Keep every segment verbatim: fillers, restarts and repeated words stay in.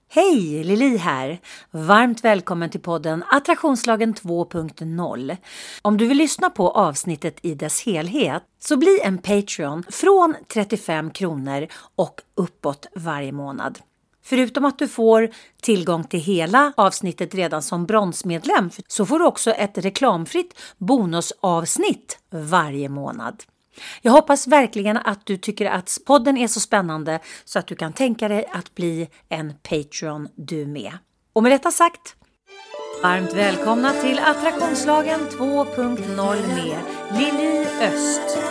Hej, Lili här! Varmt välkommen till podden Attraktionslagen två punkt noll. Om du vill lyssna på avsnittet i dess helhet så bli en Patreon från trettiofem kronor och uppåt varje månad. Förutom att du får tillgång till hela avsnittet redan som bronsmedlem så får du också ett reklamfritt bonusavsnitt varje månad. Jag hoppas verkligen att du tycker att podden är så spännande så att du kan tänka dig att bli en Patreon du med. Och med detta sagt, varmt välkomna till Attraktionslagen två punkt noll med Lili Öst.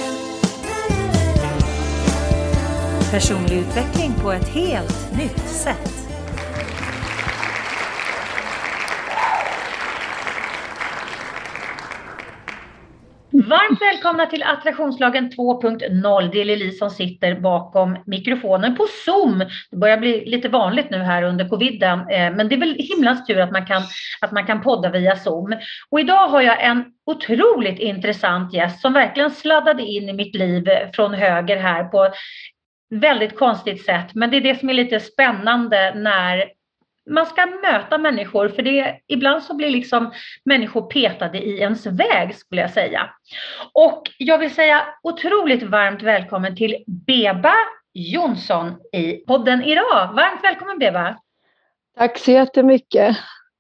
Personlig utveckling på ett helt nytt sätt. Varmt välkomna till Attraktionslagen två punkt noll. Det är Lili som sitter bakom mikrofonen på Zoom. Det börjar bli lite vanligt nu här under coviden. Men det är väl himlans tur att man kan, att man kan podda via Zoom. Och idag har jag en otroligt intressant gäst som verkligen sladdade in i mitt liv från höger här på väldigt konstigt sätt. Men det är det som är lite spännande när man ska möta människor, för det ibland så blir liksom människor petade i ens väg, skulle jag säga. Och jag vill säga otroligt varmt välkommen till Beba Jonsson i podden idag. Varmt välkommen Beba. Tack så jättemycket.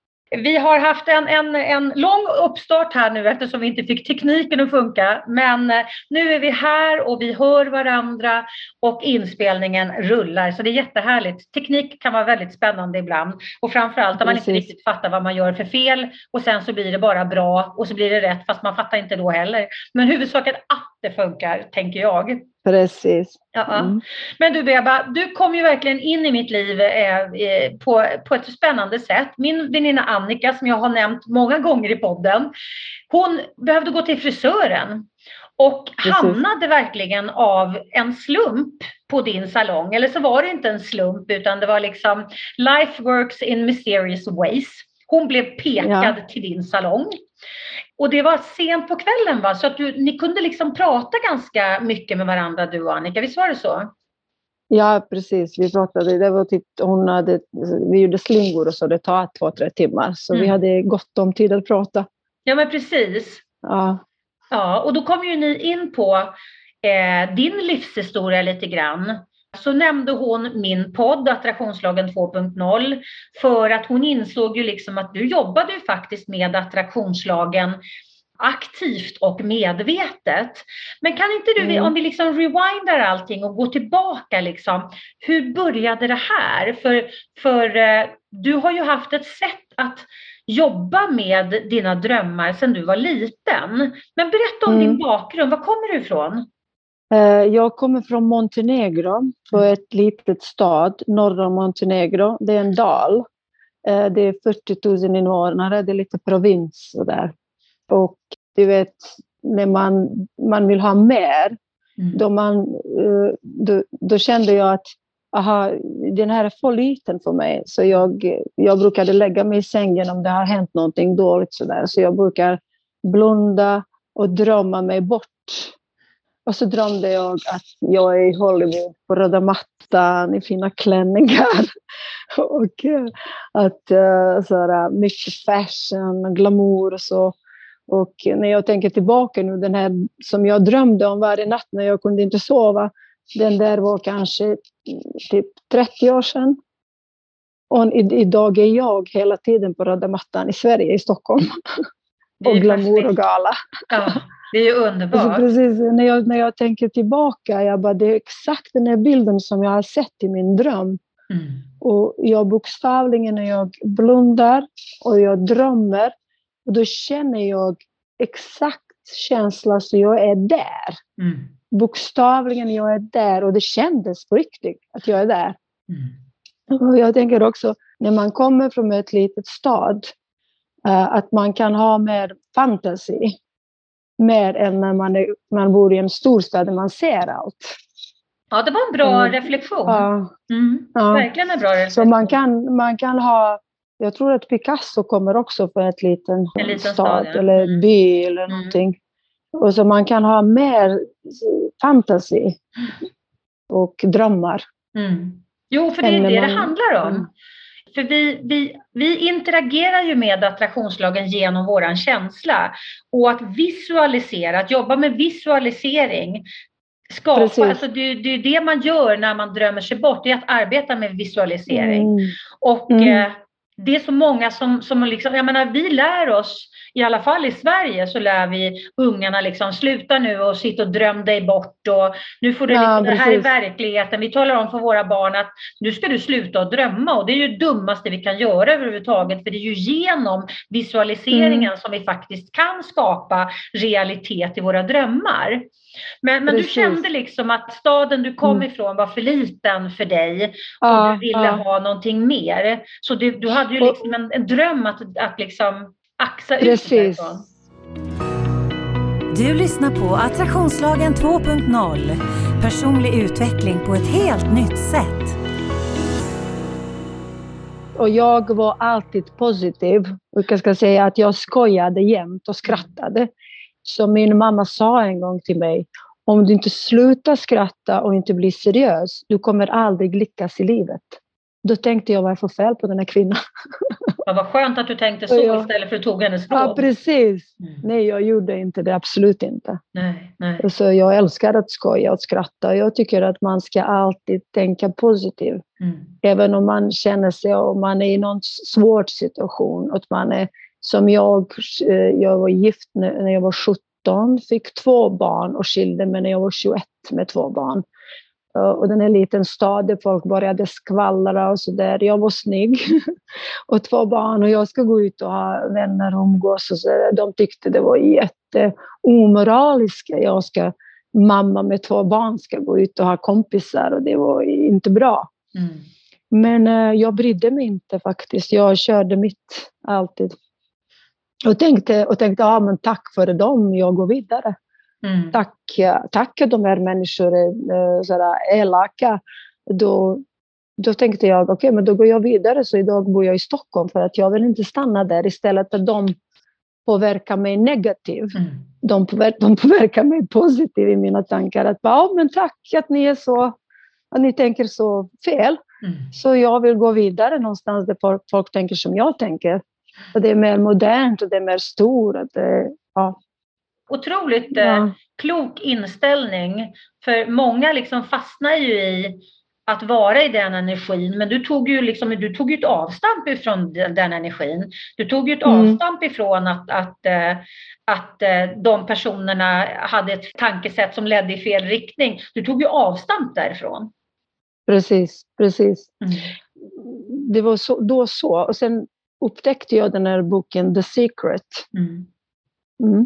Vi har haft en, en, en lång uppstart här nu eftersom vi inte fick tekniken att funka. Men nu är vi här och vi hör varandra och inspelningen rullar. Så det är jättehärligt. Teknik kan vara väldigt spännande ibland. Och framförallt om man inte riktigt fattar vad man gör för fel. Och sen så blir det bara bra och så blir det rätt fast man fattar inte då heller. Men huvudsaken att det funkar, tänker jag. Precis. Ja. Mm. Men du Beba, du kom ju verkligen in i mitt liv eh, på, på ett spännande sätt. Min väninna Annika, som jag har nämnt många gånger i podden, hon behövde gå till frisören och Precis. hamnade verkligen av en slump på din salong. Eller så var det inte en slump utan det var liksom life works in mysterious ways. Hon blev pekad ja. till din salong. Och det var sent på kvällen va? Så att du, ni kunde liksom prata ganska mycket med varandra du och Annika, visst var det så? Ja precis, vi pratade, det var typ, hon hade, vi gjorde slingor och så det tar två, tre timmar. Så mm. vi hade gott om tid att prata. Ja men precis. Ja. Ja, och då kom ju ni in på eh, din livshistoria lite grann. Så nämnde hon min podd Attraktionslagen två punkt noll för att hon insåg ju liksom att du jobbade ju faktiskt med attraktionslagen aktivt och medvetet. Men kan inte du, mm. om vi liksom rewindar allting och går tillbaka liksom, hur började det här? För, för eh, du har ju haft ett sätt att jobba med dina drömmar sedan du var liten. Men berätta om mm. din bakgrund, var kommer du ifrån? Jag kommer från Montenegro, på ett litet stad norr om Montenegro. Det är en dal. Det är fyrtio tusen invånare, det är lite provins och där. Och du vet, när man, man vill ha mer, mm. då, man, då, då kände jag att aha, den här är för liten för mig. Så jag, jag brukade lägga mig i sängen om det har hänt någonting dåligt. Så, där. Så jag brukar blunda och drömma mig bort. Och så drömde jag att jag är i Hollywood på röda mattan i fina klänningar. Och att sådär, mycket fashion och glamour och så. Och när jag tänker tillbaka nu, den här som jag drömde om varje natt när jag kunde inte sova. Den där var kanske typ trettio år sedan. Och idag är jag hela tiden på röda mattan i Sverige, i Stockholm. Och glamour och gala. Ja. Det är ju underbart. Alltså precis, när jag, när jag tänker tillbaka, jag bara, det är exakt den här bilden som jag har sett i min dröm. Mm. Och jag bokstavligen när jag blundar och jag drömmer, och då känner jag exakt känslan så jag är där. Mm. Bokstavligen jag är där, och det kändes på riktigt att jag är där. Mm. Och jag tänker också, när man kommer från ett litet stad, uh, att man kan ha mer fantasi. Mer än när man, är, man bor i en storstad där man ser allt. Ja, det var en bra mm. reflektion. Ja. Mm. Ja. Verkligen en bra reflektion. Så man kan, man kan ha, jag tror att Picasso kommer också från ett liten, en liten stad, stad ja. eller mm. by eller mm. någonting. Och så man kan ha mer fantasi och drömmar. Mm. Jo, för det är det man... det handlar om. Mm. För vi, vi, vi interagerar ju med attraktionslagen genom våran känsla. Och att visualisera, att jobba med visualisering, skapa, alltså det, det är det man gör när man drömmer sig bort, det är att arbeta med visualisering. Mm. Och mm. Eh, det är så många som, som liksom, jag menar, vi lär oss, i alla fall i Sverige så lär vi ungarna liksom, sluta nu och sitta och dröm dig bort och nu får du liksom, ja, det här är verkligheten. Vi talar om för våra barn att nu ska du sluta att drömma, och det är ju det dummaste vi kan göra överhuvudtaget, för det är ju genom visualiseringen mm. som vi faktiskt kan skapa realitet i våra drömmar. Men, men du kände liksom att staden du kom mm. ifrån var för liten för dig, ja, och du ville ja. ha någonting mer. Så du, du hade ju liksom en, en dröm att, att liksom axa ut därifrån. Du lyssnar på Attraktionslagen två punkt noll. Personlig utveckling på ett helt nytt sätt. Och jag var alltid positiv. Och jag ska säga att jag skojade jämt och skrattade. Så min mamma sa en gång till mig: om du inte slutar skratta och inte blir seriös, du kommer aldrig lyckas i livet. Då tänkte jag, vad är för fel på den här kvinnan? Ja, vad skönt att du tänkte så jag, istället för att tog hennes råd. Ja, precis. Mm. Nej, jag gjorde inte det, absolut inte. Nej, nej. Så jag älskar att skoja och skratta. Jag tycker att man ska alltid tänka positivt. Mm. Även om man känner sig, om man är i någon svår situation. Att man är, som jag, jag var gift när jag var sjutton, fick två barn och skilde mig när jag var tjugoett med två barn. Och den är en liten stad där folk började skvallra och sådär. Jag var snygg och två barn och jag ska gå ut och ha vänner och umgås. Och så de tyckte det var jätteomoraliskt. Jag ska, mamma med två barn ska gå ut och ha kompisar, och det var inte bra. Mm. Men uh, jag brydde mig inte faktiskt. Jag körde mitt alltid. Och tänkte, och tänkte ja, men tack för dem, jag går vidare. Mm. Tack, tack att de här människor är sådär elaka. Då, då tänkte jag, okej, okay, men då går jag vidare. Så idag bor jag i Stockholm för att jag vill inte stanna där. Istället att de påverkar mig negativt. Mm. De, påver- de påverkar mig positivt i mina tankar. Att ja, men tack att ni är så, att ni tänker så fel. Mm. Så jag vill gå vidare någonstans där folk, folk tänker som jag tänker. Och det är mer modernt och det är mer stort. Att det, ja. Otroligt ja. eh, klok inställning. För många liksom fastnar ju i att vara i den energin. Men du tog ju liksom, du tog ju ett avstamp ifrån den, den energin. Du tog ju ett mm. avstamp ifrån att, att, eh, att eh, de personerna hade ett tankesätt som ledde i fel riktning. Du tog ju avstamp därifrån. Precis, precis. Mm. Det var så, då så. Och sen upptäckte jag den här boken The Secret. Mm. Mm.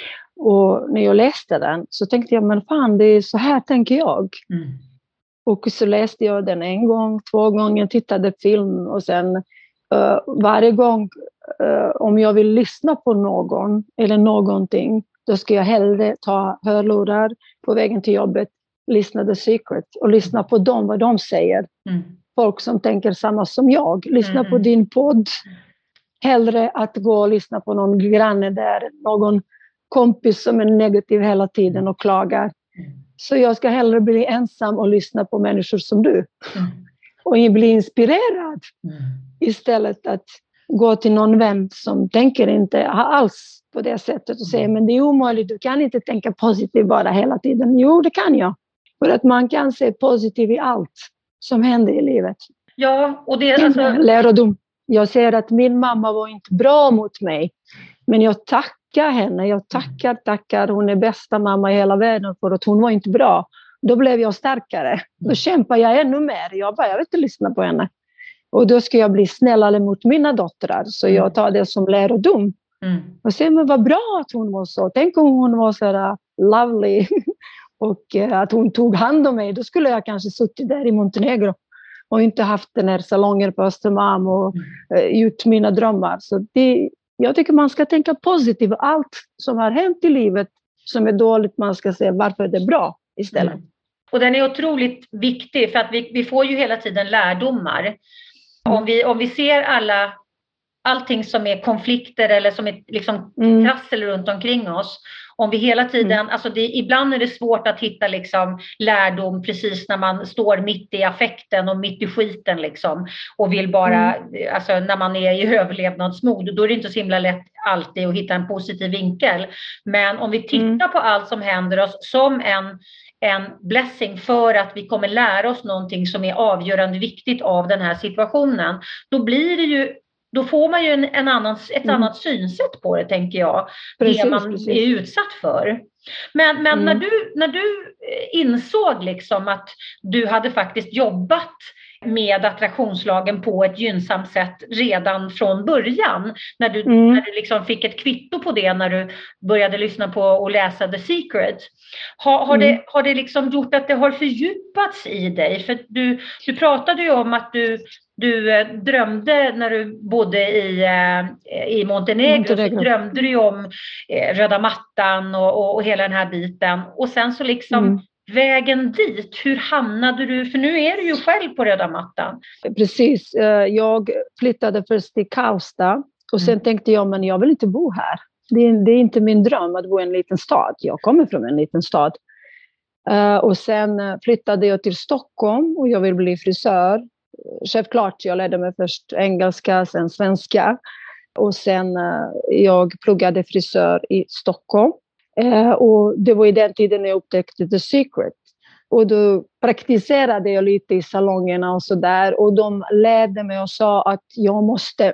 Och när jag läste den så tänkte jag, men fan, det är så här tänker jag. Mm. Och så läste jag den en gång, två gånger, tittade film och sen uh, varje gång uh, om jag vill lyssna på någon eller någonting, då ska jag hellre ta hörlurar på vägen till jobbet, lyssna The Secret och lyssna på dem, vad de säger. Mm. Folk som tänker samma som jag, lyssna mm. på din podd. Hellre att gå och lyssna på någon granne där, någon kompis som är negativ hela tiden och klagar. Mm. Så jag ska hellre bli ensam och lyssna på människor som du. Mm. Och bli inspirerad. Mm. Istället att gå till någon vän som tänker inte alls på det sättet och säger, men det är omöjligt, du kan inte tänka positivt bara hela tiden. Jo, det kan jag. För att man kan se positivt i allt som händer i livet. Ja, och det är alltså... Lärodom. Jag säger att min mamma var inte bra mot mig. Men jag tackar henne. Jag tackar, tackar. Hon är bästa mamma i hela världen för att hon var inte bra. Då blev jag starkare. Då kämpar jag ännu mer. Jag bara, jag vill inte lyssna på henne. Och då ska jag bli snällare mot mina döttrar. Så jag tar det som lärodom. Mm. Och säger, men vad bra att hon var så. Tänk om hon var så här lovely. Och att hon tog hand om mig. Då skulle jag kanske suttit där i Montenegro. Och inte haft den här salongen på Östermalm och mm. gjort mina drömmar. Så det, jag tycker man ska tänka positivt. Allt som har hänt i livet som är dåligt, man ska se varför det är bra istället. Mm. Och den är otroligt viktig för att vi, vi får ju hela tiden lärdomar. Mm. Om, vi, om vi ser alla, allting som är konflikter eller som är liksom Mm. trassel runt omkring oss. Om vi hela tiden, Mm. alltså det, ibland är det svårt att hitta liksom lärdom precis när man står mitt i affekten och mitt i skiten liksom. Och vill bara, mm. alltså när man är i överlevnadsmod, då är det inte så himla lätt alltid att hitta en positiv vinkel. Men om vi tittar mm. på allt som händer oss som en en blessing för att vi kommer lära oss någonting som är avgörande viktigt av den här situationen, då blir det ju, då får man ju en, en annan, ett mm. annat synsätt på det, tänker jag. Precis, det man precis. är utsatt för. Men, men mm. när, du, när du insåg liksom att du hade faktiskt jobbat med attraktionslagen på ett gynnsamt sätt redan från början, när du, mm. när du liksom fick ett kvitto på det när du började lyssna på och läsa The Secret, har, har, mm. det, har det liksom gjort att det har fördjupats i dig? För du, du pratade ju om att du, du drömde när du bodde i, i Montenegro, Montenegro. Så drömde du ju om röda mattan och, och, och hela den här biten, och sen så liksom mm. vägen dit, hur hamnade du? För nu är du ju själv på röda mattan. Precis, jag flyttade först till Karlstad och sen mm. tänkte jag, men jag vill inte bo här. Det är, det är inte min dröm att bo i en liten stad. Jag kommer från en liten stad. Och sen flyttade jag till Stockholm och jag vill bli frisör. Självklart, jag lärde mig först engelska, sen svenska. Och sen jag pluggade frisör i Stockholm. Uh, och det var i den tiden jag upptäckte The Secret. Och då praktiserade jag lite i salongerna och sådär. Och de lärde mig och sa att jag måste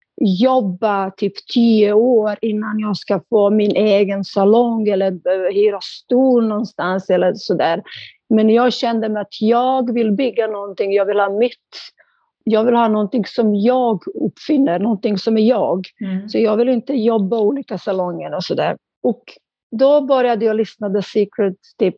jobba typ tio år innan jag ska få min egen salong eller hyra stol någonstans eller sådär. Men jag kände mig att jag vill bygga någonting, jag vill ha mitt. Jag vill ha någonting som jag uppfinner, någonting som är jag. Mm. Så jag vill inte jobba i olika salonger och sådär. Och då började jag lyssna på The Secret typ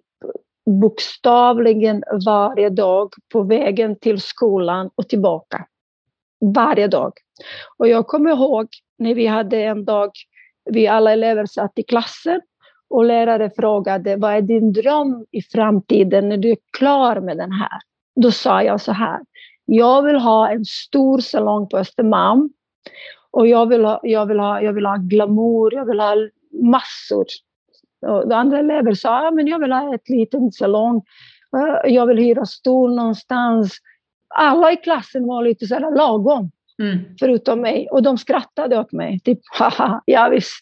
bokstavligen varje dag på vägen till skolan och tillbaka. Varje dag. Och jag kommer ihåg när vi hade en dag, vi alla elever satt i klassen och lärare frågade, vad är din dröm i framtiden när du är klar med den här? Då sa jag så här, jag vill ha en stor salong på Östermalm och jag vill ha, jag vill ha, jag vill ha glamour, jag vill ha massor. Och de andra elever sa, ja, men jag vill ha ett litet salong. Jag vill hyra stol någonstans. Alla i klassen var lite sådär lagom. Mm. Förutom mig. Och de skrattade åt mig. Typ, haha, ja visst.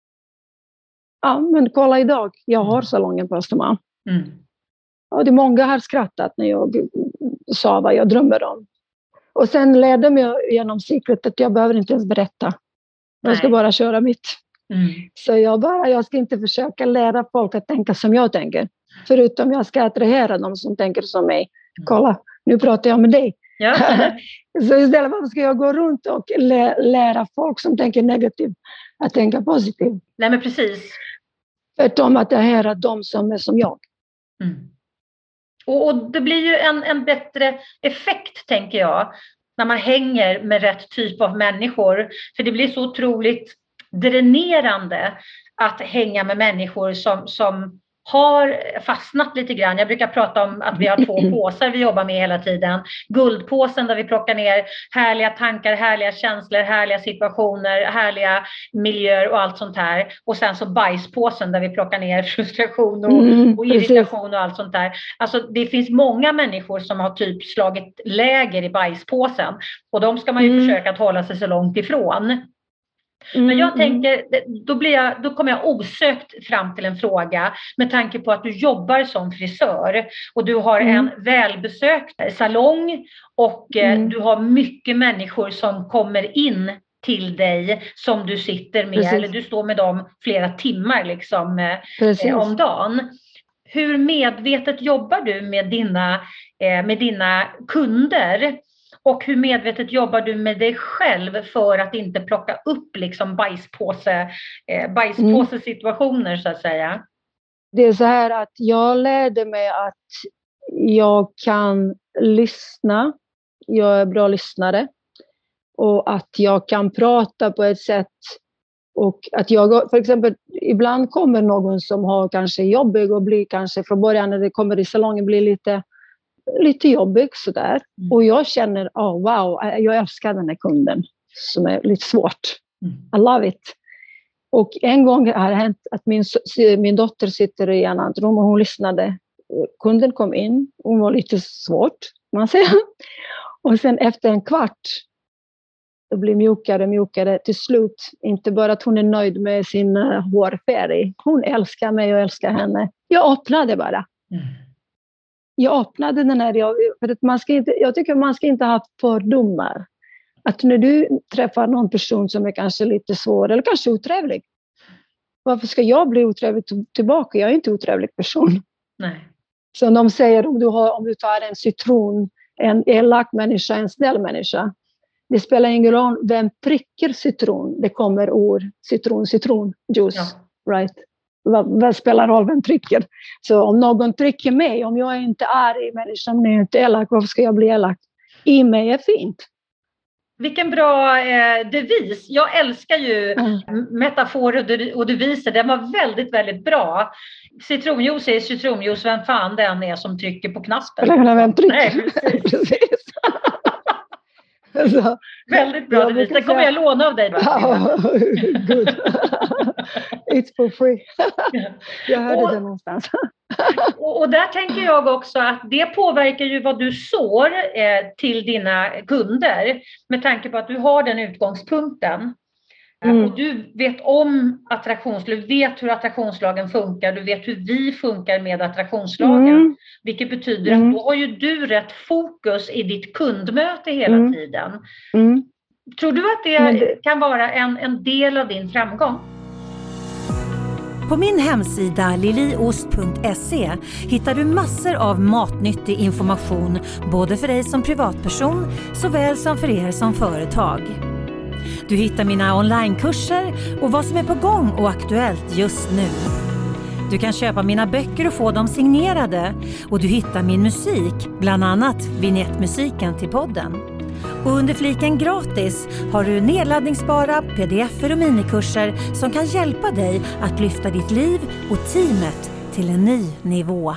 Ja, men kolla idag. Jag har salongen på Östermalm. Mm. Och det många har skrattat när jag sa vad jag drömmer om. Och sen lärde mig genom Secret att jag behöver inte ens berätta. Jag ska bara köra mitt. Mm. Så jag bara, jag ska inte försöka lära folk att tänka som jag tänker. Förutom jag ska attrahera dem som tänker som mig. Kolla, nu pratar jag med dig. Ja. Så istället varför ska jag gå runt och lä- lära folk som tänker negativt att tänka positivt. Nej men precis. För att de attraherar dem som är som jag. Mm. Och, och det blir ju en, en bättre effekt, tänker jag, när man hänger med rätt typ av människor. För det blir så otroligt dränerande att hänga med människor som, som har fastnat lite grann. Jag brukar prata om att vi har två påsar vi jobbar med hela tiden. Guldpåsen där vi plockar ner härliga tankar, härliga känslor, härliga situationer, härliga miljöer och allt sånt här. Och sen så bajspåsen där vi plockar ner frustration och, mm, och irritation och allt sånt där. Alltså det finns många människor som har typ slagit läger i bajspåsen. Och de ska man ju mm. försöka att hålla sig så långt ifrån. Mm, Men jag tänker, då, blir jag, då kommer jag osökt fram till en fråga med tanke på att du jobbar som frisör och du har mm. en välbesökt salong och mm. du har mycket människor som kommer in till dig som du sitter med. Precis. Eller du står med dem flera timmar liksom, eh, om dagen. Hur medvetet jobbar du med dina, eh, med dina kunder? Och hur medvetet jobbar du med dig själv för att inte plocka upp liksom bajspåse, eh, bajspåsesituationer så att säga? Det är så här att jag lärde mig att jag kan lyssna. Jag är bra lyssnare. Och att jag kan prata på ett sätt. Och att jag, för exempel, ibland kommer någon som har kanske jobbig och blir kanske från början när det kommer i salongen blir lite... lite jobbigt sådär. Mm. Och jag känner, oh, wow, jag älskar den här kunden. som är lite svårt. Mm. I love it. Och en gång har det hänt att min, min dotter sitter i en annan rum och hon lyssnade. Kunden kom in, hon var lite svårt, man säger. Och sen efter en kvart, det blir mjukare och mjukare till slut. Inte bara att hon är nöjd med sin hårfärg. Hon älskar mig och älskar henne. Jag öppnade bara. Mm. Jag öppnade den här, jag, för att man ska inte, jag tycker man ska inte ha fördomar. Att när du träffar någon person som är kanske lite svår eller kanske otrevlig. Varför ska jag bli otrevlig tillbaka? Jag är inte en otrevlig person. Nej. Så de säger om du, har, om du tar en citron, en elak människa, en snäll människa. Det spelar ingen roll vem prickar citron. Det kommer ur citron, citron, juice. Ja. Right? Vad, vad spelar roll vem trycker? Så om någon trycker mig, om jag är inte arg människan, är inte elak, varför ska jag bli elak? I mig är fint. Vilken bra eh, devis. Jag älskar ju mm. metaforer och deviser. Den var väldigt, väldigt bra. Citronjuice är citronjuice, vem fan den är som trycker på knappen. Eller vem trycker. Nej, precis. Precis. Så, väldigt bra devis. Den kommer jag låna av dig. Oh, good. It's for free. Jag hörde och, det någonstans. och, och där tänker jag också att det påverkar ju vad du sår eh, till dina kunder. Med tanke på att du har den utgångspunkten. Mm. Och du vet om attraktionslag, du vet hur attraktionslagen funkar, du vet hur vi funkar med attraktionslagen. Mm. Vilket betyder mm. att då har ju du rätt fokus i ditt kundmöte hela mm. tiden. Mm. Tror du att det, det kan vara en, en del av din framgång? På min hemsida liliost punkt se hittar du massor av matnyttig information både för dig som privatperson såväl som för er som företag. Du hittar mina onlinekurser och vad som är på gång och aktuellt just nu. Du kan köpa mina böcker och få dem signerade och du hittar min musik, bland annat vignettmusiken till podden. Och under fliken gratis har du nedladdningsbara pdf-er och minikurser som kan hjälpa dig att lyfta ditt liv och teamet till en ny nivå.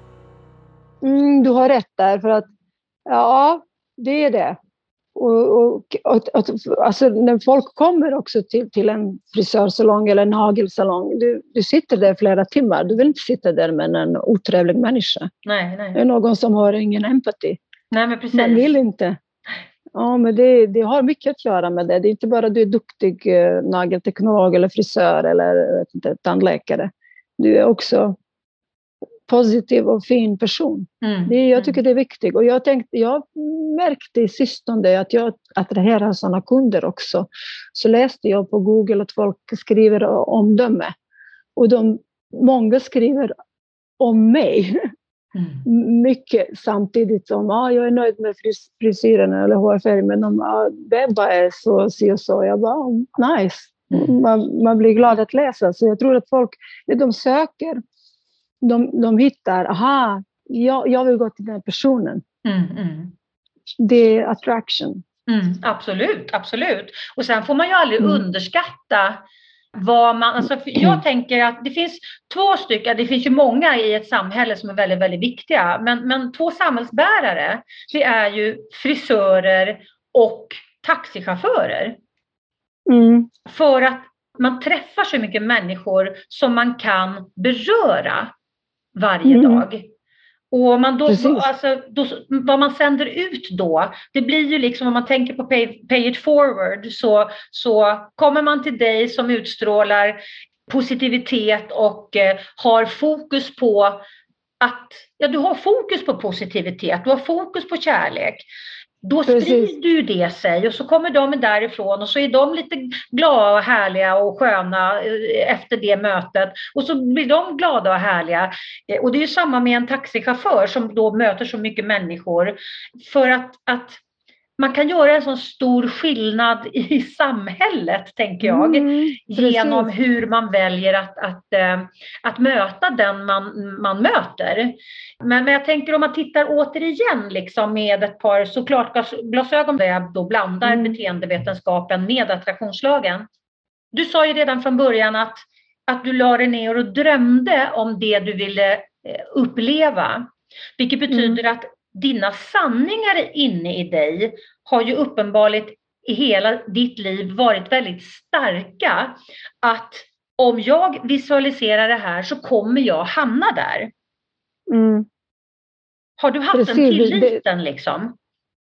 Mm, du har rätt där, för att ja, det är det. Och, och, och, och, alltså när folk kommer också till, till en frisörsalong eller en nagelsalong, du, du sitter där flera timmar, du vill inte sitta där med en otrevlig människa. Nej, nej. Det är någon som har ingen empati. Nej, men precis. Man vill inte. Ja, men det, det har mycket att göra med det. Det är inte bara du är duktig eh, nagelteknolog eller frisör eller vet inte, tandläkare. Du är också positiv och fin person. Mm. Det, jag tycker det är viktigt. Och jag, tänkte, jag märkte i sistone att jag attraherar sådana kunder också. Så läste jag på Google att folk skriver omdöme. Och de, många skriver om mig. Mm. Mycket samtidigt som ah, jag är nöjd med fris- frisyren eller hårfärgen, men de ah, Bebba är så, så och så. Jag bara, oh, nice. Mm. Man, man blir glad att läsa. Så jag tror att folk, det de söker, de, de hittar, aha, jag, jag vill gå till den personen. Mm, mm. Det är attraction. Mm, absolut, absolut. Och sen får man ju aldrig mm. underskatta vad man, alltså jag tänker att det finns två stycken, det finns ju många i ett samhälle som är väldigt, väldigt viktiga, men, men två samhällsbärare, det är ju frisörer och taxichaufförer. Mm. För att man träffar så mycket människor som man kan beröra varje mm. dag. Och man då, alltså, då, vad man sänder ut då, det blir ju liksom, om man tänker på pay, pay it forward, så, så kommer man till dig som utstrålar positivitet och eh, har fokus på att, ja, du har fokus på positivitet, du har fokus på kärlek. Då sprider du det sig och så kommer de därifrån och så är de lite glada och härliga och sköna efter det mötet. Och så blir de glada och härliga. Och det är ju samma med en taxichaufför som då möter så mycket människor. För att, att man kan göra en sån stor skillnad i samhället, tänker jag. Mm, genom hur man väljer att, att, att möta den man, man möter. Men, men jag tänker om man tittar återigen liksom med ett par såklart glasögon där jag då blandar mm. beteendevetenskapen med attraktionslagen. Du sa ju redan från början att, att du la dig ner och drömde om det du ville uppleva. Vilket betyder mm. att dina sanningar inne i dig har ju uppenbarligen i hela ditt liv varit väldigt starka. Att om jag visualiserar det här så kommer jag hamna där. Mm. Har du haft Precis, den tilliten liksom?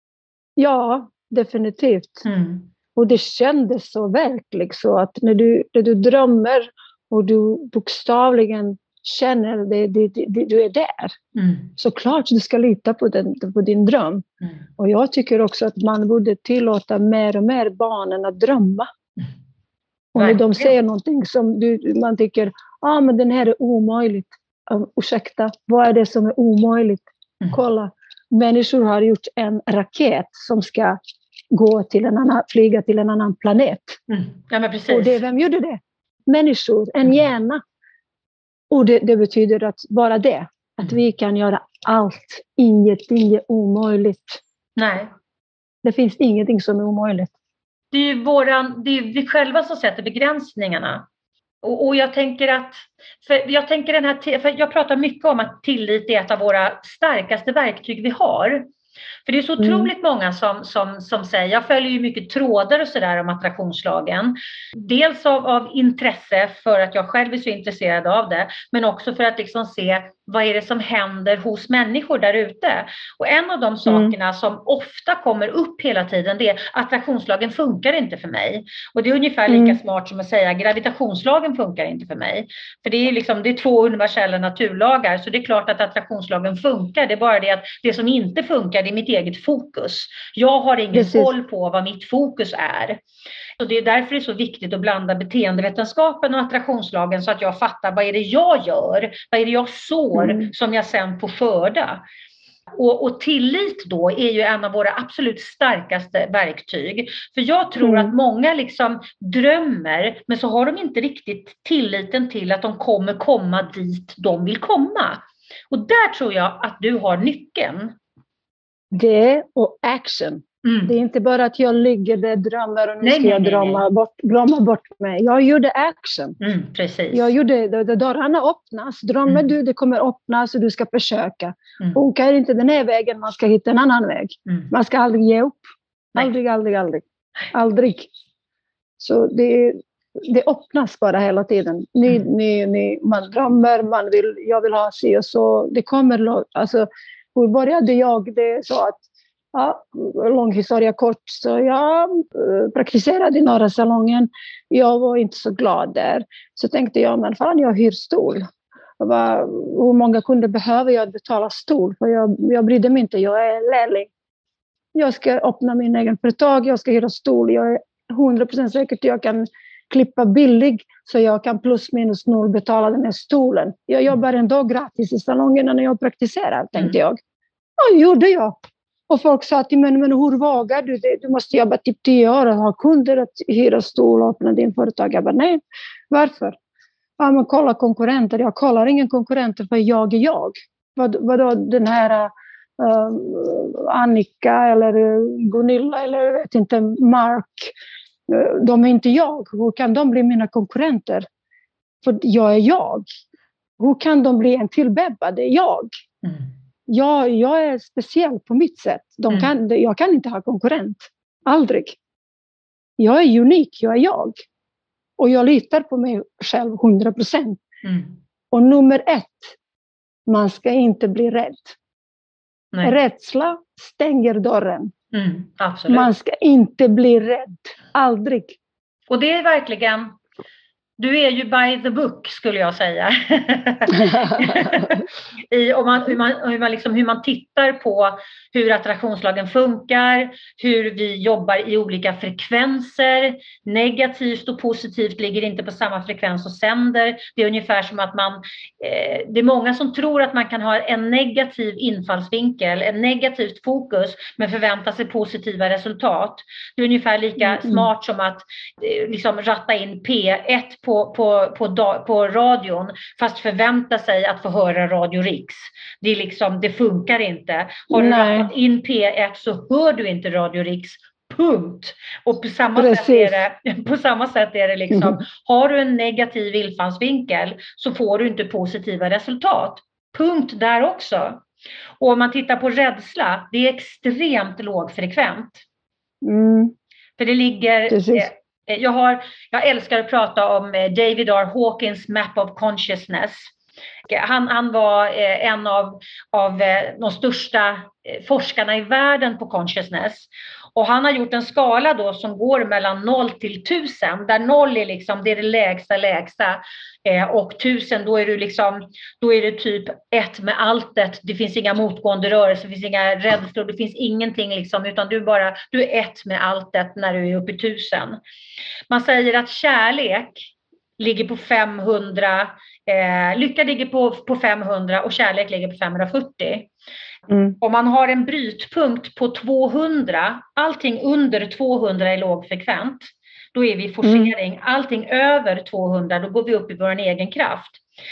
Ja, definitivt. Mm. Och det kändes så verkligt så att när du, när du drömmer och du bokstavligen känner det, det, det, det du är där. Mm. Så klart du ska lita på, den, på din dröm. Mm. Och jag tycker också att man borde tillåta mer och mer barnen att drömma. Mm. Och när de säger någonting som du, man tycker, ja ah, men den här är omöjligt. Um, ursäkta, vad är det som är omöjligt? Mm. Kolla, människor har gjort en raket som ska gå till en annan, flyga till en annan planet. Mm. Ja, men precis. Och det, vem gjorde det? Människor, en hjärna. Och det, det betyder att bara det, att vi kan göra allt, ingenting är omöjligt. Nej. Det finns ingenting som är omöjligt. Det är ju våran, det är vi själva som sätter begränsningarna. Och, och jag tänker att, för jag tänker den här, för jag pratar mycket om att tillit är ett av våra starkaste verktyg vi har. För det är så otroligt mm. många som, som, som säger, jag följer ju mycket trådar och sådär om attraktionslagen. Dels av, av intresse för att jag själv är så intresserad av det. Men också för att liksom se vad är det som händer hos människor där ute. Och en av de sakerna mm. som ofta kommer upp hela tiden, det är attraktionslagen funkar inte för mig. Och det är ungefär lika mm. smart som att säga gravitationslagen funkar inte för mig. För det är liksom, det är två universella naturlagar, så det är klart att attraktionslagen funkar. Det är bara det att det som inte funkar, det är mitt eget fokus. Jag har ingen Precis. koll på vad mitt fokus är. Och det är därför det är så viktigt att blanda beteendevetenskapen och attraktionslagen, så att jag fattar vad är det jag gör, vad är det jag sår mm. som jag sen får skörda. Och, och tillit då är ju en av våra absolut starkaste verktyg. För jag tror mm. att många liksom drömmer, men så har de inte riktigt tilliten till att de kommer komma dit de vill komma. Och där tror jag att du har nyckeln. Det och action. Mm. Det är inte bara att jag ligger där och drömmer och nu nej, ska nej, jag drömma nej. Bort, glömma bort mig. Jag gjorde action. Mm, precis. Jag gjorde, de, de dörrarna öppnas. Drömmer mm. du, det kommer öppnas och du ska försöka. Mm. Funkar inte den här vägen, man ska hitta en annan väg. Mm. Man ska aldrig ge upp. Aldrig, nej. aldrig, aldrig. Aldrig. Så det, det öppnas bara hela tiden. Ni, mm. ni, ni, man drömmer, man vill, jag vill ha sig och så. Det kommer, alltså, hur började jag? Det så att ja, lång historia kort, så jag praktiserade i norra salongen. Jag var inte så glad där. Så tänkte jag, men fan, jag hyr stol. Jag bara, hur många kunder behöver jag betala stol? För jag, jag brydde mig inte, jag är lärling. Jag ska öppna min egen företag, jag ska hyra stol. Jag är hundra procent säker att jag kan klippa billig, så jag kan plus minus noll betala den här stolen. Jag jobbar ändå gratis i salongen när jag praktiserar, tänkte jag. Och det gjorde jag. Och folk sa till mig, men hur vågar du det? Du måste jobba typ tio år och ha kunder att hyra stol och öppna din företag. Jag bara, nej, varför? Ja, men kolla konkurrenter. Jag kollar ingen konkurrenter, för jag är jag. Vad, vadå den här uh, Annika eller Gunilla eller jag vet inte, Mark. Uh, de är inte jag. Hur kan de bli mina konkurrenter? För jag är jag. Hur kan de bli en till Bebba? Det är jag. Mm. Jag, jag är speciell på mitt sätt. De kan, mm. Jag kan inte ha konkurrent. Aldrig. Jag är unik, jag är jag. Och jag litar på mig själv hundra procent. Mm. Och nummer ett, man ska inte bli rädd. Nej. Rädsla stänger dörren. Mm, absolut. Man ska inte bli rädd. Aldrig. Och det är verkligen... Du är ju by the book, skulle jag säga. I, om man, hur, man, hur, man liksom, hur man tittar på hur attraktionslagen funkar, hur vi jobbar i olika frekvenser. Negativt och positivt ligger inte på samma frekvens och sänder. Det är ungefär som att man... Eh, det är många som tror att man kan ha en negativ infallsvinkel, en negativt fokus, men förvänta sig positiva resultat. Det är ungefär lika mm. smart som att eh, liksom ratta in P ett på, på, på, på, på radion, fast förvänta sig att få höra Radio Riks. Det är liksom, det funkar inte. Har du Nej. rattat in P ett så hör du inte Radio Riks. Punkt. Och på samma sätt är det, på samma sätt är det liksom, mm. har du en negativ infallsvinkel så får du inte positiva resultat. Punkt där också. Och om man tittar på rädsla, det är extremt lågfrekvent. Mm. För det ligger... Precis. Eh, jag, har, jag älskar att prata om eh, David R. Hawkins Map of Consciousness. Han, han var eh, en av, av eh, de största eh, forskarna i världen på consciousness. Och han har gjort en skala då som går mellan noll till tusen. Där noll är liksom, det är det lägsta lägsta. Eh, och tusen då är du liksom, då är det typ ett med alltet. Det finns inga motgående rörelser, det finns inga rädslor, det finns ingenting liksom. Utan du, bara, du är ett med alltet när du är uppe i tusen. Man säger att kärlek ligger på femhundra. Eh, lycka ligger på, på femhundra och kärlek ligger på femhundrafyrtio. Mm. Om man har en brytpunkt på tvåhundra, allting under tvåhundra är lågfrekvent, då är vi i forcering. Mm. Allting över tvåhundra, då går vi upp i vår egen kraft.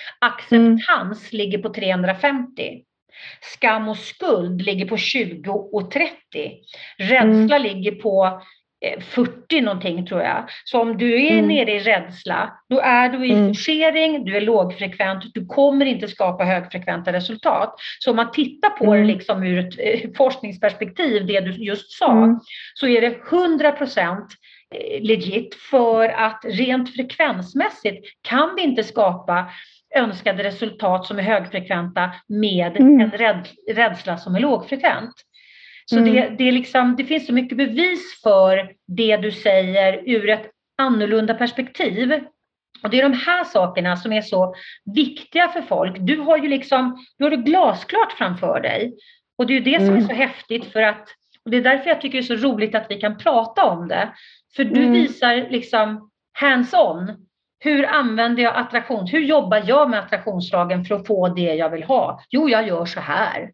Acceptans mm. ligger på trehundrafemtio. Skam och skuld ligger på tjugo och trettio. Rädsla mm. ligger på fyrtio någonting tror jag. Så om du är mm. nere i rädsla, då är du i mm. forcering, du är lågfrekvent, du kommer inte skapa högfrekventa resultat. Så om man tittar på mm. det liksom ur ett eh, forskningsperspektiv, det du just sa, mm. så är det hundra procent legit, för att rent frekvensmässigt kan vi inte skapa önskade resultat som är högfrekventa med mm. en rädd, rädsla som är lågfrekvent. Så mm. det, det, är liksom, det finns så mycket bevis för det du säger ur ett annorlunda perspektiv. Och det är de här sakerna som är så viktiga för folk. Du har ju liksom, du har det glasklart framför dig. Och det är ju det mm. som är så häftigt, för att, och det är därför jag tycker det är så roligt att vi kan prata om det. För du mm. visar liksom hands-on. Hur använder jag attraktion? Hur jobbar jag med attraktionslagen för att få det jag vill ha? Jo, jag gör så här.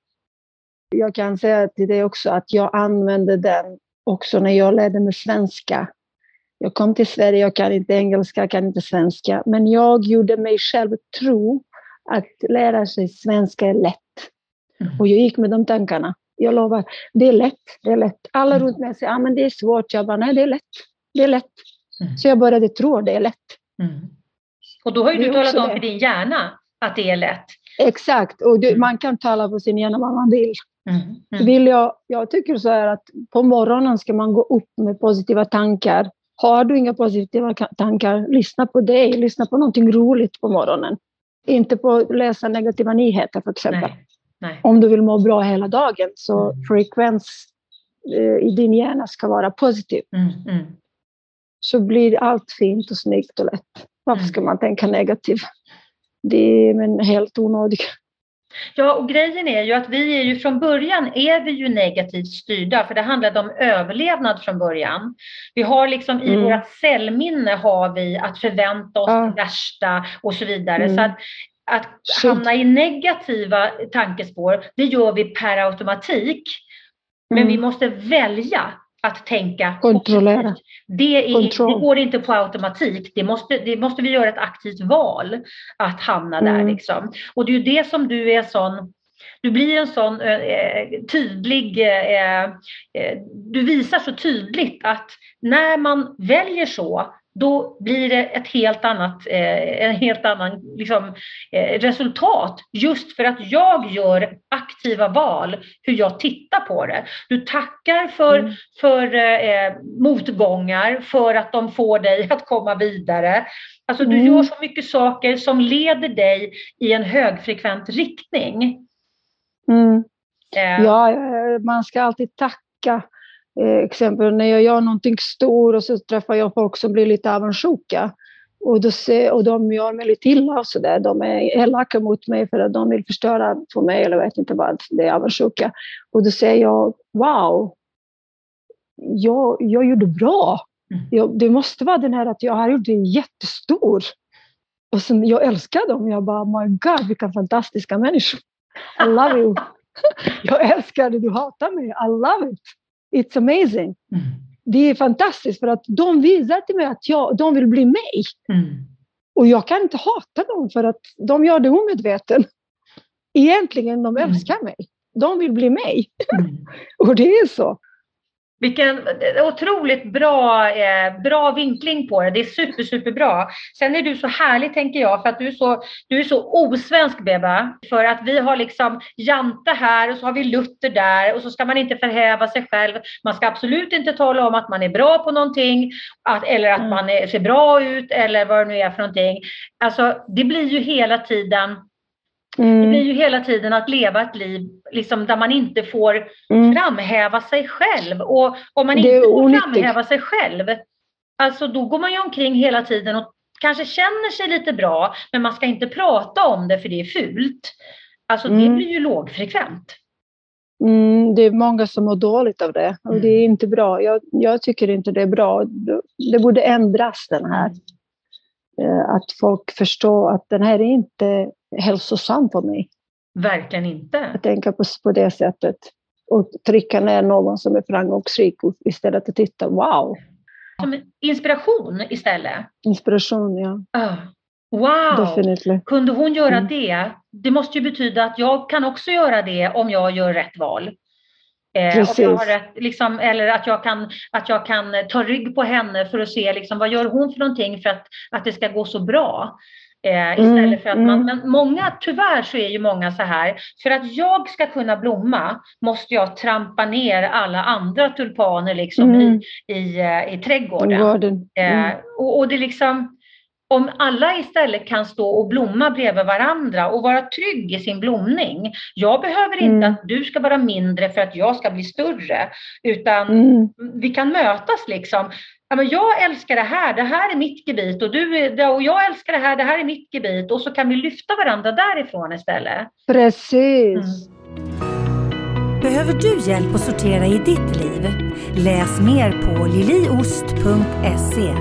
Jag kan säga till dig också att jag använde den också när jag lärde mig svenska. Jag kom till Sverige, jag kan inte engelska, jag kan inte svenska. Men jag gjorde mig själv tro att lära sig svenska är lätt. Mm. Och jag gick med de tankarna. Jag lovar, det är lätt, det är lätt. Alla mm. runt mig säger, ah, men det är svårt. Jag bara, nej det är lätt, det är lätt. Mm. Så jag började tro att det är lätt. Mm. Och då har ju du talat om det för din hjärna att det är lätt. Exakt, och du, man kan tala på sin hjärna vad man vill. Mm, mm. Vill jag, jag tycker så här att på morgonen ska man gå upp med positiva tankar. Har du inga positiva tankar, lyssna på dig, lyssna på någonting roligt på morgonen. Inte på att läsa negativa nyheter för exempel. Nej, nej. Om du vill må bra hela dagen, så mm. frekvens eh, i din hjärna ska vara positiv. Mm, mm. Så blir allt fint och snyggt och lätt. Varför ska man tänka negativt? Det är men helt onödigt. Ja, och grejen är ju att vi är ju från början är vi ju negativt styrda, för det handlade om överlevnad från början. Vi har liksom i mm. vårt cellminne har vi att förvänta oss ja. det värsta och så vidare. Mm. Så att, att hamna i negativa tankespår, det gör vi per automatik. Men mm. vi måste välja att tänka. Kontrollera. Det, är, det går inte på automatik. Det måste, det måste vi göra ett aktivt val att hamna mm. där. Liksom. Och det är ju det som du är sån... Du blir en sån eh, tydlig... Eh, eh, du visar så tydligt att när man väljer så, då blir det ett helt annat, eh, en helt annan liksom, eh, resultat. Just för att jag gör aktiva val hur jag tittar på det. Du tackar för, mm. för eh, motgångar för att de får dig att komma vidare. Alltså mm. du gör så mycket saker som leder dig i en högfrekvent riktning. Mm. Eh. Ja, man ska alltid tacka. Eh, exempel när jag gör någonting stort och så träffar jag folk som blir lite avundsjuka. Och, då se, och de gör mig lite illa och sådär. De är elaka mot mig för att de vill förstöra för mig eller vet inte vad, det är avundsjuka. Och då säger jag, wow, jag, jag gjorde bra. Mm. Jag, det måste vara den här att jag har gjort det jättestor. Och sen jag älskar dem. Jag bara, my God, vilka fantastiska människor. I love you. Jag älskar det, du hatar mig. I love it. It's amazing. Mm. Det är fantastiskt för att de visar till mig att jag, de vill bli mig. Mm. Och jag kan inte hata dem för att de gör det omedveten. Egentligen de älskar mm. mig. De vill bli mig. Mm. Och det är så. Vilken otroligt bra, eh, bra vinkling på det. Det är super, super bra. Sen är du så härlig, tänker jag, för att du är så, du är så osvensk, Beba. För att vi har liksom Jante här och så har vi Luther där. Och så ska man inte förhäva sig själv. Man ska absolut inte tala om att man är bra på någonting. Att, eller att mm. man är, ser bra ut eller vad det nu är för någonting. Alltså, det blir ju hela tiden... Mm. Det blir ju hela tiden att leva ett liv liksom, där man inte får mm. framhäva sig själv. Och om man inte får onyttigt. framhäva sig själv, alltså då går man ju omkring hela tiden och kanske känner sig lite bra, men man ska inte prata om det för det är fult. Alltså mm. det blir ju lågfrekvent. Mm, det är många som mår dåligt av det. Och mm. det är inte bra. Jag, jag tycker inte det är bra. Det borde ändras, den här. Att folk förstår att den här är inte hälsosam för mig. Verkligen inte. Att tänka på, på det sättet. Och trycka ner någon som är framgångsrik istället att titta, wow. Som inspiration istället. Inspiration, ja. Uh, wow. Definitivt. Kunde hon göra mm. det? Det måste ju betyda att jag kan också göra det om jag gör rätt val. Eh, om jag har rätt, liksom, eller att jag, kan, att jag kan ta rygg på henne för att se liksom, vad gör hon för någonting för att, att det ska gå så bra. Eh, istället mm, för att man, mm. men många, tyvärr så är ju många så här, för att jag ska kunna blomma måste jag trampa ner alla andra tulpaner liksom mm. i, i, i trädgården. Mm. Eh, och, och det liksom, om alla istället kan stå och blomma bredvid varandra och vara trygg i sin blomning. Jag behöver inte mm. att du ska vara mindre för att jag ska bli större, utan mm. vi kan mötas liksom. Ja, men jag älskar det här, det här är mitt gebit och, du, och jag älskar det här, det här är mitt gebit, och så kan vi lyfta varandra därifrån istället. Precis. Mm. Behöver du hjälp att sortera i ditt liv? Läs mer på liliost punkt se.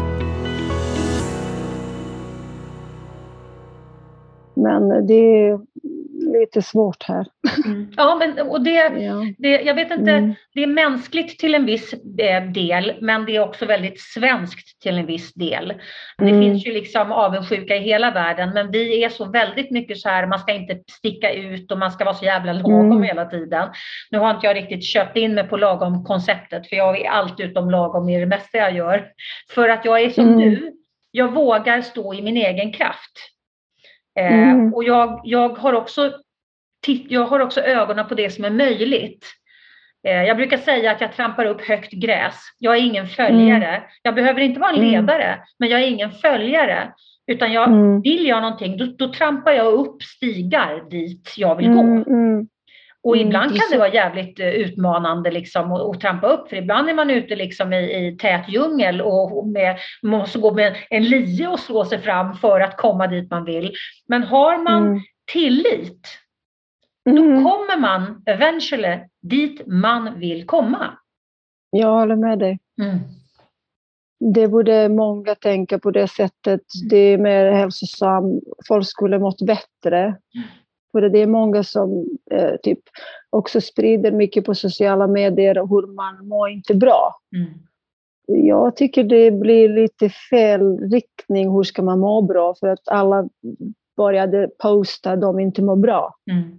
Men det är lite svårt här. Mm. Ja, men och det, ja. det, jag vet inte, mm. det är mänskligt till en viss del, men det är också väldigt svenskt till en viss del. Det mm. finns ju liksom avundsjuka i hela världen, men vi är så väldigt mycket så här, man ska inte sticka ut och man ska vara så jävla lagom mm. hela tiden. Nu har inte jag riktigt köpt in mig på lagom konceptet, för jag är allt utom lagom i det mesta jag gör. För att jag är som mm. du, jag vågar stå i min egen kraft. Mm. Eh, och jag, jag, har också titt, jag har också ögonen på det som är möjligt. Eh, jag brukar säga att jag trampar upp högt gräs. Jag är ingen följare. Mm. Jag behöver inte vara en ledare, mm. men jag är ingen följare. Utan jag, mm. vill jag någonting, då, då trampar jag upp stigar dit jag vill mm. gå. Mm. Och ibland kan det vara jävligt utmanande liksom, att, att trampa upp. För ibland är man ute liksom, i, i tät djungel och med, man måste gå med en lie och slå sig fram för att komma dit man vill. Men har man mm. tillit, då mm. kommer man eventually dit man vill komma. Jag håller med dig. Mm. Det borde många tänka på det sättet. Det är mer hälsosamt. Folk skulle mått bättre. Mm. För det är många som eh, typ också sprider mycket på sociala medier och hur man mår inte bra. Mm. Jag tycker det blir lite fel riktning. Hur ska man må bra? För att alla började posta de inte mår bra. Mm.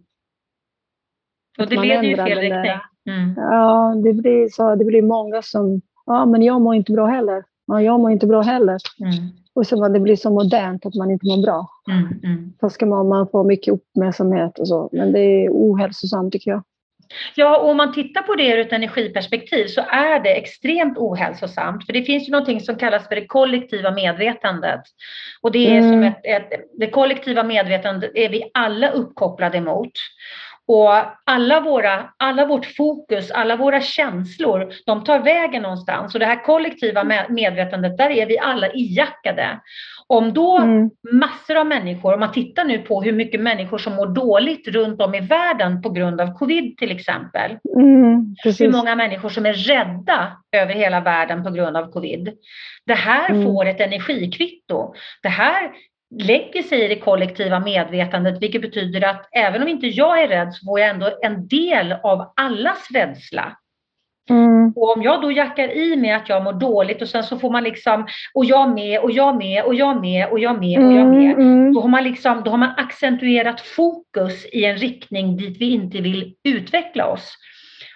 Och det leder ju fel riktning. Mm. Ja, det blir så. Det blir många som, ja men jag mår inte bra heller. Ja, jag mår inte bra heller. Mm. Och så det blir så modernt att man inte mår bra. Mm, mm. Då ska man, man få mycket uppmärksamhet och så. Men det är ohälsosamt tycker jag. Ja, och om man tittar på det ur ett energiperspektiv så är det extremt ohälsosamt. För det finns ju någonting som kallas för det kollektiva medvetandet. Och det är mm. som ett, ett, det kollektiva medvetandet är vi alla uppkopplade mot. Och alla våra, alla vårt fokus, alla våra känslor, de tar vägen någonstans. Och det här kollektiva medvetandet, där är vi alla ijackade. Om då mm. massor av människor, om man tittar nu på hur mycket människor som mår dåligt runt om i världen på grund av covid till exempel. Mm, hur många människor som är rädda över hela världen på grund av covid. Det här mm. får ett energikvitto. Det här lägger sig i det kollektiva medvetandet, vilket betyder att även om inte jag är rädd så får jag ändå en del av allas rädsla. Mm. Och om jag då jackar i med att jag mår dåligt och sen så får man liksom, och jag med, och jag med, och jag med, och jag med, och jag med. Mm. Då har man liksom, då har man accentuerat fokus i en riktning dit vi inte vill utveckla oss.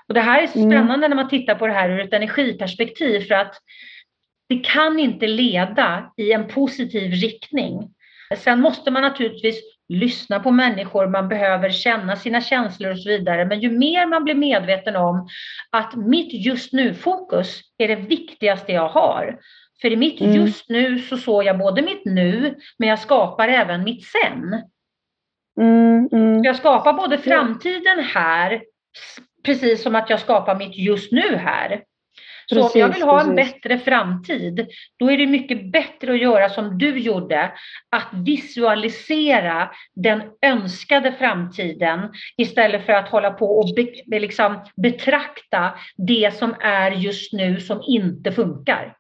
Och det här är spännande mm. när man tittar på det här ur ett energiperspektiv, för att det kan inte leda i en positiv riktning. Sen måste man naturligtvis lyssna på människor, man behöver känna sina känslor och så vidare. Men ju mer man blir medveten om att mitt just nu-fokus är det viktigaste jag har. För i mitt mm. just nu så såg jag både mitt nu, men jag skapar även mitt sen. Mm, mm. Jag skapar både framtiden här, precis som att jag skapar mitt just nu här. Så precis, om jag vill ha en precis. bättre framtid, då är det mycket bättre att göra som du gjorde. Att visualisera den önskade framtiden istället för att hålla på och be, liksom betrakta det som är just nu som inte funkar.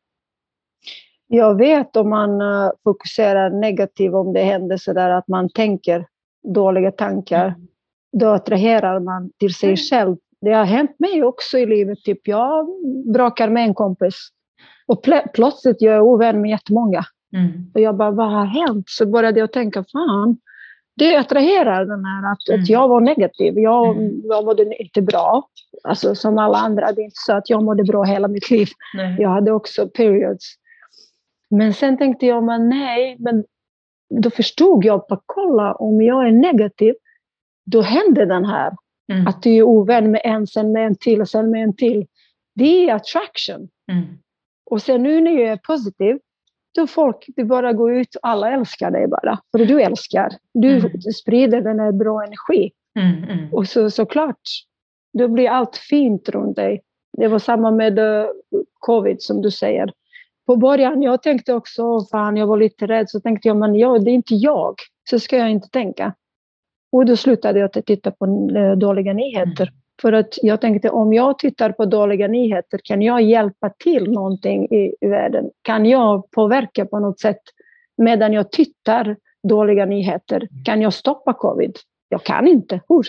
Jag vet om man fokuserar negativt, om det händer så där att man tänker dåliga tankar, mm. då attraherar man till sig mm. själv. Det har hänt mig också i livet. Typ jag brakar med en kompis. Och plö- plötsligt jag är ovän med jättemånga. Mm. Och jag bara, vad har hänt? Så började jag tänka, fan. Det attraherar den här att, mm. att jag var negativ. Jag, mm. jag mådde inte bra. Alltså som alla andra. Det är inte så att jag mådde bra hela mitt liv. Nej. Jag hade också periods. Men sen tänkte jag, men nej. Men då förstod jag på kolla. Om jag är negativ. Då händer den här. Mm. Att du är ovän med en, sen med en till och sen med en till. Det är attraction. Mm. Och sen nu när jag är positiv, då folk, det bara går ut och alla älskar dig bara. För du älskar. Du mm. sprider den här bra energi. Mm, mm. Och så, såklart, då blir allt fint runt dig. Det var samma med uh, covid som du säger. På början, jag tänkte också, fan jag var lite rädd. Så tänkte jag, men ja, det är inte jag. Så ska jag inte tänka. Och då slutade jag att titta på dåliga nyheter. Mm. För att jag tänkte, om jag tittar på dåliga nyheter, kan jag hjälpa till någonting i, i världen? Kan jag påverka på något sätt medan jag tittar dåliga nyheter? Kan jag stoppa covid? Jag kan inte. Hur?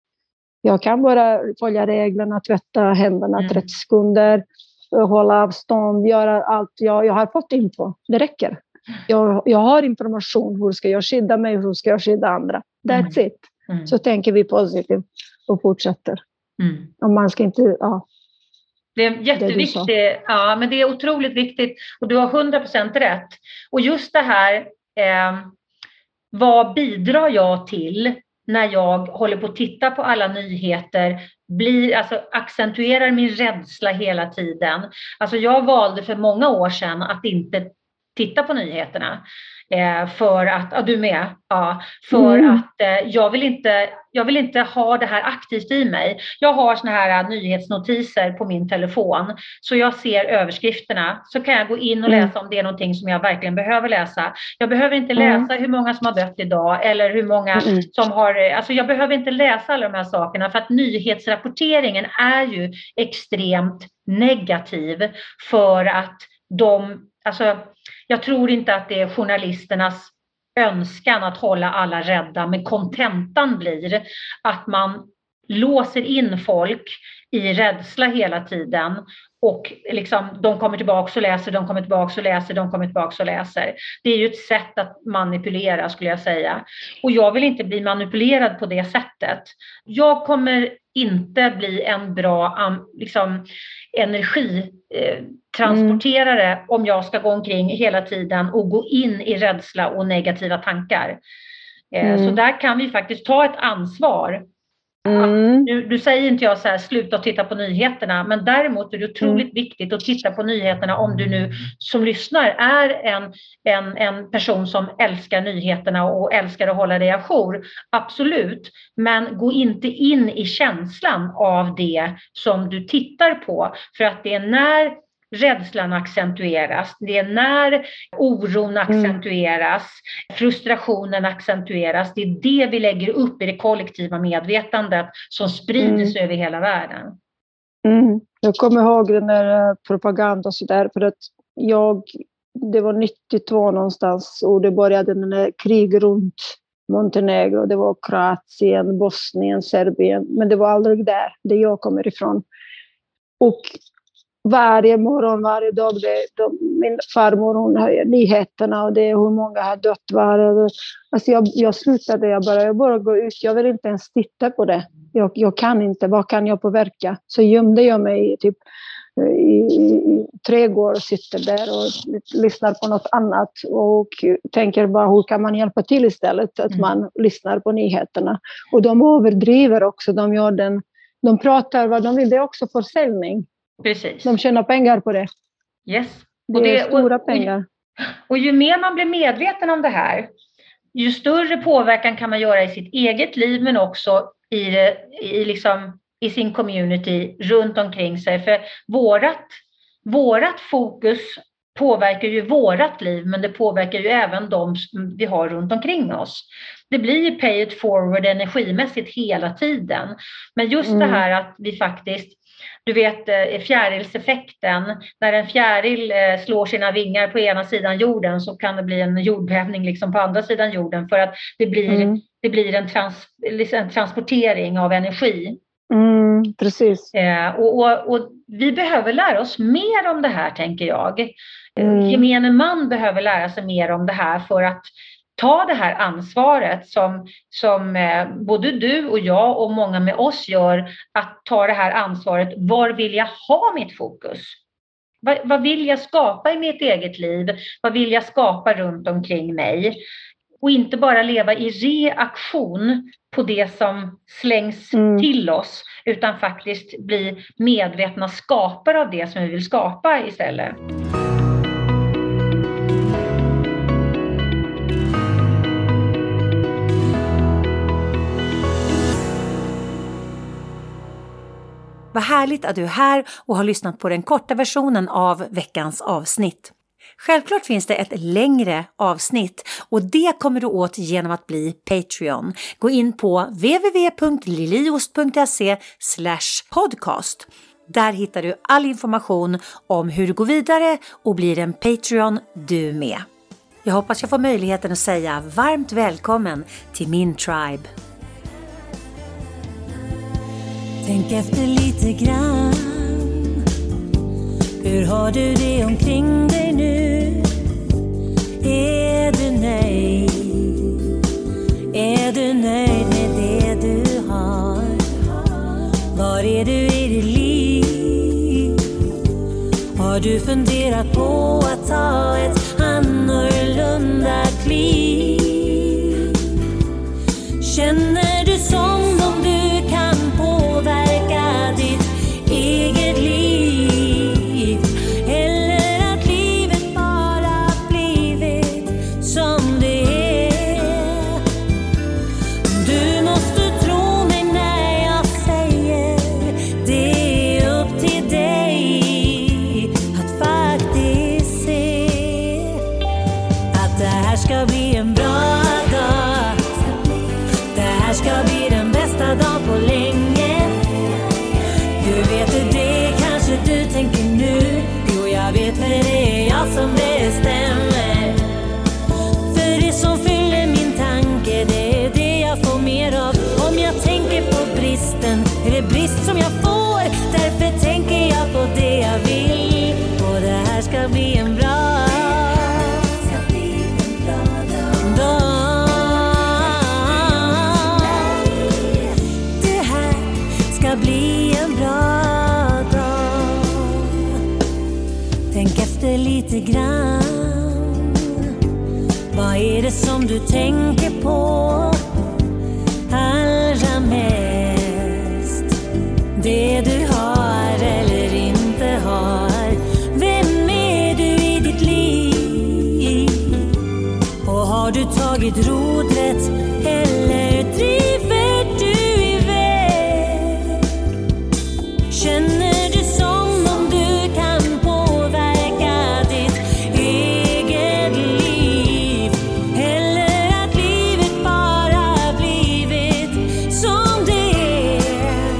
Jag kan bara följa reglerna, tvätta händerna mm. trettio sekunder, hålla avstånd, göra allt jag, jag har fått info. Det räcker. Jag, jag har information. Hur ska jag skydda mig? Hur ska jag skydda andra? That's mm. it. Mm. Så tänker vi positivt och fortsätter. Mm. Om man ska inte... Ja. Det är jätteviktigt. Det ja, men det är otroligt viktigt. Och du har hundra procent rätt. Och just det här... Eh, vad bidrar jag till när jag håller på att titta på alla nyheter? Blir, alltså, accentuerar min rädsla hela tiden. Alltså jag valde för många år sedan att inte titta på nyheterna. Eh, för att, ja du med, ja, för mm. att eh, jag, vill inte, jag vill inte ha det här aktivt i mig. Jag har såna här uh, nyhetsnotiser på min telefon. Så jag ser överskrifterna. Så kan jag gå in och läsa mm. om det är någonting som jag verkligen behöver läsa. Jag behöver inte läsa mm. hur många som har dött idag. Eller hur många mm. som har, alltså jag behöver inte läsa alla de här sakerna. För att nyhetsrapporteringen är ju extremt negativ. För att de, alltså jag tror inte att det är journalisternas önskan att hålla alla rädda, men kontentan blir att man låser in folk i rädsla hela tiden och liksom, de kommer tillbaka och läser, de kommer tillbaka och läser, de kommer tillbaka och läser. Det är ju ett sätt att manipulera skulle jag säga. Och jag vill inte bli manipulerad på det sättet. Jag kommer inte bli en bra liksom, energitransporterare mm. om jag ska gå omkring hela tiden och gå in i rädsla och negativa tankar. Mm. Så där kan vi faktiskt ta ett ansvar. Mm. Du, du säger inte jag så här, sluta och titta på nyheterna, men däremot är det otroligt mm. viktigt att titta på nyheterna om du nu som lyssnar är en, en, en person som älskar nyheterna och älskar att hålla dig ajour. Absolut, men gå inte in i känslan av det som du tittar på, för att det är när rädslan accentueras, det är när oron accentueras, mm. frustrationen accentueras, det är det vi lägger upp i det kollektiva medvetandet som sprider sig mm. över hela världen. Mm. Jag kommer ihåg den där propaganda och sådär, för att jag, det var nittiotvå någonstans och det började den där krig runt Montenegro, det var Kroatien, Bosnien, Serbien, men det var aldrig där, där jag kommer ifrån. Och varje morgon, varje dag, det, de, min farmor, hon har nyheterna och det är hur många har dött var. Alltså jag, jag slutade, jag bara, jag bara gå ut, jag vill inte ens titta på det. Jag, jag kan inte, vad kan jag påverka? Så gömde jag mig typ i, i, i trädgård och sitter där och lyssnar på något annat och tänker bara hur kan man hjälpa till istället att man mm. lyssnar på nyheterna. Och de överdriver också, de gör den, de pratar vad de vill, det är också försäljning. Precis. De tjänar pengar på det. Yes. Det, och det är stora och, pengar. Och, och ju mer man blir medveten om det här, ju större påverkan kan man göra i sitt eget liv men också i, i, liksom, i sin community runt omkring sig. För vårat, vårat fokus påverkar ju vårat liv, men det påverkar ju även de vi har runt omkring oss. Det blir ju pay it forward energimässigt hela tiden. Men just mm. det här att vi faktiskt, du vet fjärilseffekten, när en fjäril slår sina vingar på ena sidan jorden så kan det bli en jordbävning liksom på andra sidan jorden för att det blir, mm. det blir en, trans, en transportering av energi. Mm, precis. Eh, och, och, och vi behöver lära oss mer om det här, tänker jag. Mm. Gemene man behöver lära sig mer om det här för att ta det här ansvaret som, som eh, både du och jag och många med oss gör, att ta det här ansvaret. Var vill jag ha mitt fokus? Vad, vad vill jag skapa i mitt eget liv? Vad vill jag skapa runt omkring mig? Och inte bara leva i reaktion på det som slängs mm. till oss, utan faktiskt bli medvetna skapare av det som vi vill skapa istället. Vad härligt att du är här och har lyssnat på den korta versionen av veckans avsnitt. Självklart finns det ett längre avsnitt och det kommer du åt genom att bli Patreon. Gå in på w w w punkt liliost punkt se slash podcast. Där hittar du all information om hur du går vidare och blir en Patreon du med. Jag hoppas jag får möjligheten att säga varmt välkommen till min tribe. Tänk efter lite grann. Hur har du det omkring dig nu? Är du nöjd? Är du nöjd med det du har? Var är du i ditt liv? Har du funderat på att ta ett annorlunda kliv? Känner du som om du kan påverka ditt eget liv? Eller att livet bara blivit som det är? Du måste tro mig när jag säger det är upp till dig att faktiskt se att det här ska bli en bra dag. Det här ska bli den bästa dagen på länge. Du vet hur det kanske du tänker nu. Jo, jag vet för det är jag som bestämmer. För det som fyller min tanke, det är det jag får mer av. Om jag tänker på bristen, är det brist som jag får. Därför tänker jag på det jag vill. Och det här ska bli en bra bli en bra dag. Tänk efter lite grann. Vad är det som du tänker på allra mest? Det du har eller inte har. Vem är du i ditt liv? Och har du tagit rodret eller driver du? Känner du som om du kan påverka ditt eget liv? Eller att livet bara blivit som det är?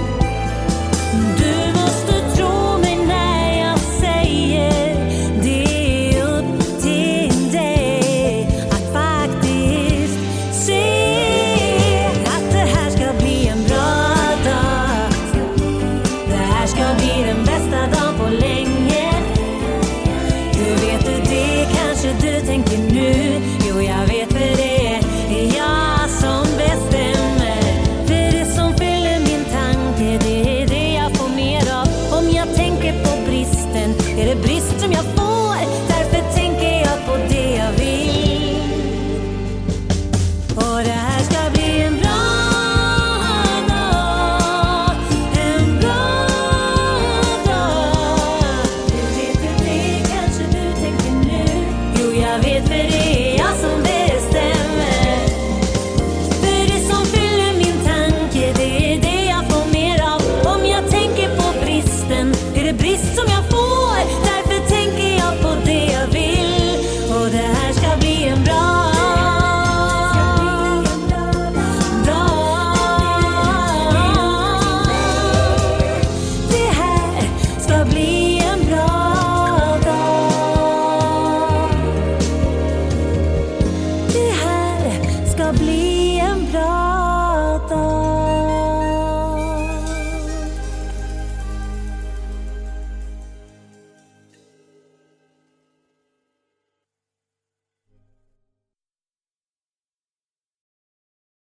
Du måste tro mig när jag säger det är upp till dig att faktiskt se Hur vet du det? Kanske du tänker nu. Jo, jag vet för det är jag som bestämmer. För det som fyller min tanke, det är det jag får mer av. Om jag tänker på bristen, är det brist som jag får. Därför tänker jag på det jag vill. Och det här ska bli en bra dag, en bra dag. Hur vet du det? Kanske du tänker nu. Jo, jag vet för det är jag som bestämmer. För det som fyller min tanke, det är det jag får mer av. Om jag tänker på bristen, är det brist som jag får. Därför tänker jag på det jag vill. Och det här ska bli en bra bli